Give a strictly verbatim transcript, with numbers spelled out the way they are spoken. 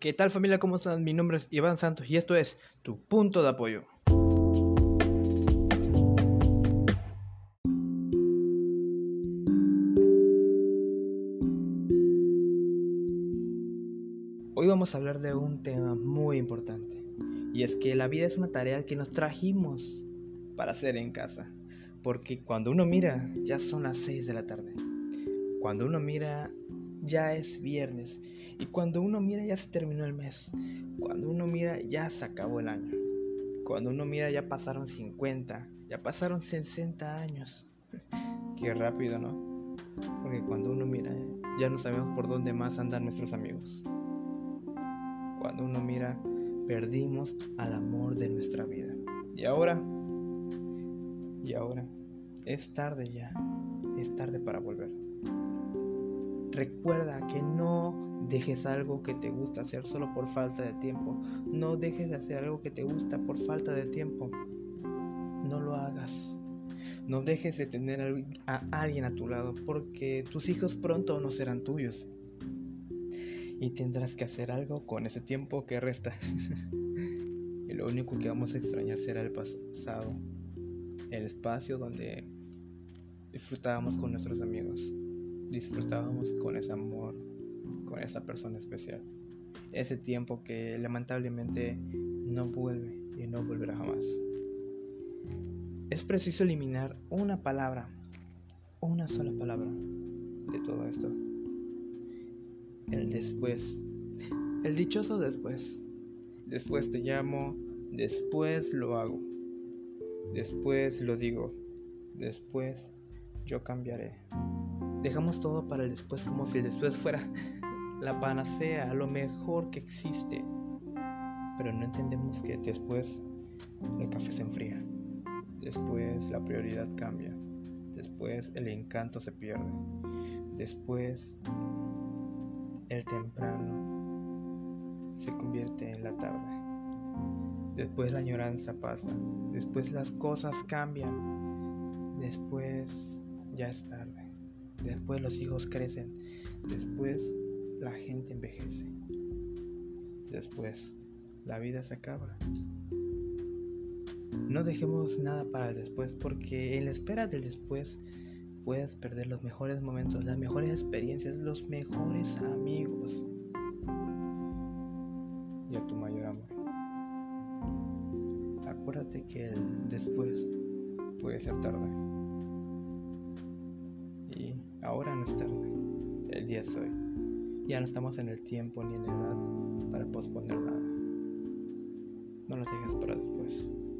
¿Qué tal, familia? ¿Cómo están? Mi nombre es Iván Santos y esto es Tu Punto de Apoyo. Hoy vamos a hablar de un tema muy importante, y es que la vida es una tarea que nos trajimos para hacer en casa, porque cuando uno mira ya son las seis de la tarde, cuando uno mira ya es viernes, y cuando uno mira ya se terminó el mes, cuando uno mira ya se acabó el año, cuando uno mira ya pasaron cincuenta, ya pasaron sesenta años. Qué rápido, ¿no? Porque cuando uno mira ya no sabemos por dónde más andan nuestros amigos. Cuando uno mira, perdimos al amor de nuestra vida. Y ahora, y ahora, es tarde ya, es tarde para volver. Recuerda que no dejes algo que te gusta hacer solo por falta de tiempo. No dejes de hacer algo que te gusta por falta de tiempo. No lo hagas. No dejes de tener a alguien a tu lado, porque tus hijos pronto no serán tuyos. Y tendrás que hacer algo con ese tiempo que resta. Y lo único que vamos a extrañar será el pasado, el espacio donde disfrutábamos con nuestros amigos, disfrutábamos con ese amor, con esa persona especial. Ese tiempo que lamentablemente no vuelve y no volverá jamás. Es preciso eliminar una palabra, una sola palabra de todo esto. El después, el dichoso después. Después te llamo, después lo hago, después lo digo, después yo cambiaré. Dejamos todo para el después como si el después fuera la panacea, lo mejor que existe. Pero no entendemos que después el café se enfría, después la prioridad cambia, después el encanto se pierde, después el temprano se convierte en la tarde. Después la añoranza pasa. Después las cosas cambian. Después ya es tarde. Después los hijos crecen. Después la gente envejece. Después la vida se acaba. No dejemos nada para el después, porque en la espera del después puedes perder los mejores momentos, las mejores experiencias, los mejores amigos y a tu mayor amor. Acuérdate que el después puede ser tarde, y ahora no es tarde, el día es hoy. Ya no estamos en el tiempo ni en la edad para posponer nada. No lo dejes para después.